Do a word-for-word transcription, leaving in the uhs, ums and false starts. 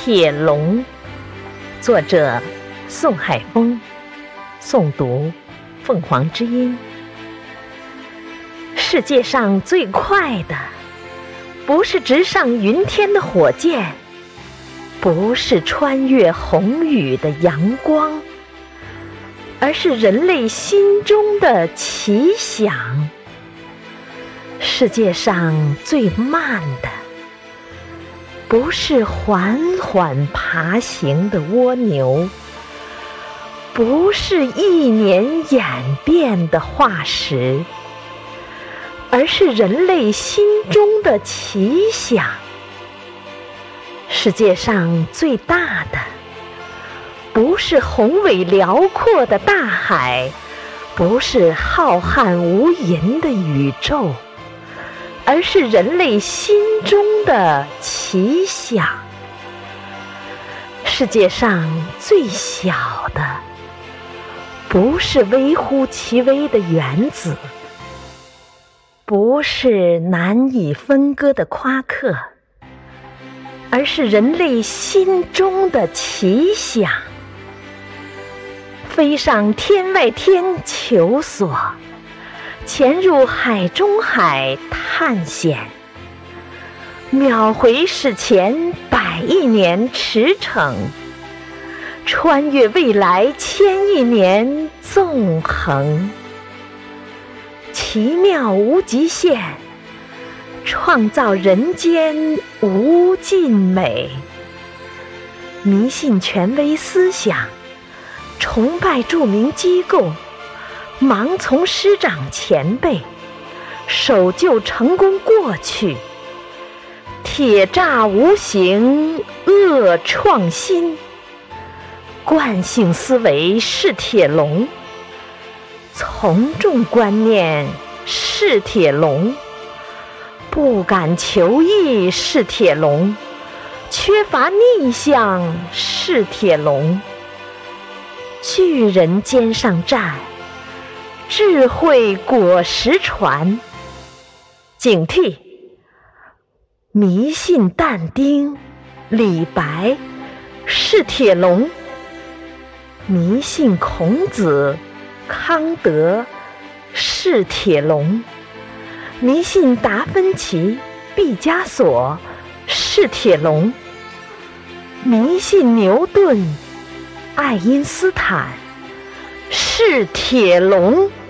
铁笼》，作者宋海峰，诵读凤凰之音。世界上最快的，不是直上云天的火箭，不是穿越红雨的阳光，而是人类心中的奇想。世界上最慢的，不是缓缓爬行的蜗牛，不是一年演变的化石，而是人类心中的奇想。世界上最大的，不是宏伟辽阔的大海，不是浩瀚无垠的宇宙，而是人类心中的奇想。世界上最小的，不是微乎其微的原子，不是难以分割的夸克，而是人类心中的奇想。飞上天外天求索，潜入海中海探险，秒回史前百亿年驰骋，穿越未来千亿年纵横。奇妙无极限，创造人间无尽美。迷信权威思想，崇拜著名机构，盲从师长前辈，守旧成功过去。铁栅无形，恶创新。惯性思维是铁笼，从众观念是铁笼，不敢求异是铁笼，缺乏逆向是铁笼。巨人肩上站，智慧果实传。警惕！迷信但丁、李白是铁笼，迷信孔子、康德是铁笼，迷信达芬奇、毕加索是铁笼，迷信牛顿、爱因斯坦是铁笼。